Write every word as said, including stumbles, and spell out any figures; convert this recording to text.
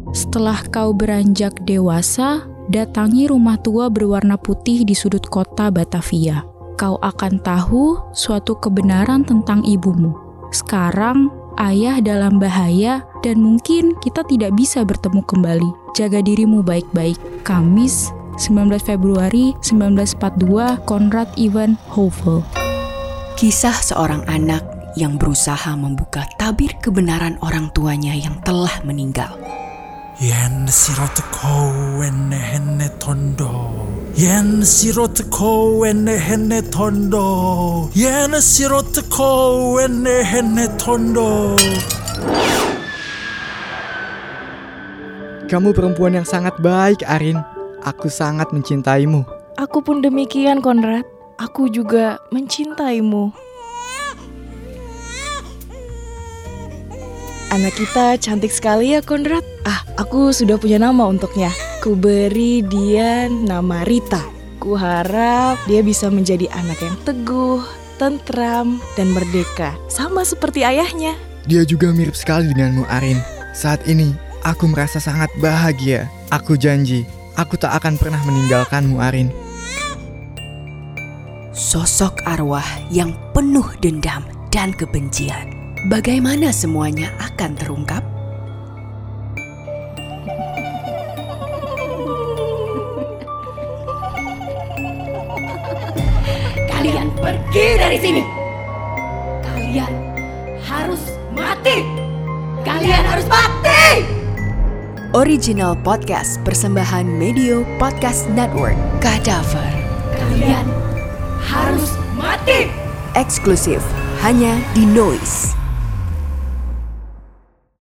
Setelah kau beranjak dewasa, datangi rumah tua berwarna putih di sudut kota Batavia. Kau akan tahu suatu kebenaran tentang ibumu. Sekarang, ayah dalam bahaya dan mungkin kita tidak bisa bertemu kembali. Jaga dirimu baik-baik. Kamis, sembilan belas Februari seribu sembilan ratus empat puluh dua, Konrad Ivan Hovel. Kisah seorang anak yang berusaha membuka tabir kebenaran orang tuanya yang telah meninggal. 옌 시로트코 웬네 헨네 톤도 옌 시로트코 웬네 헨네 톤도 옌 시로트코 웬네 헨네 톤도. Kamu perempuan yang sangat baik, Arin. Aku sangat mencintaimu. Aku pun demikian, Konrad. Aku juga mencintaimu. Anak kita cantik sekali ya, Konrad. Ah, aku sudah punya nama untuknya. Ku beri dia nama Rita. Ku harap dia bisa menjadi anak yang teguh, tentram, dan merdeka. Sama seperti ayahnya. Dia juga mirip sekali denganmu, Arin. Saat ini, aku merasa sangat bahagia. Aku janji, aku tak akan pernah meninggalkanmu, Arin. Sosok arwah yang penuh dendam dan kebencian. Bagaimana semuanya akan terungkap? Kalian pergi dari sini. Kalian harus mati. Kalian harus mati. Original podcast persembahan Medio Podcast Network. Kadaver. Kalian harus mati. Eksklusif hanya di Noise.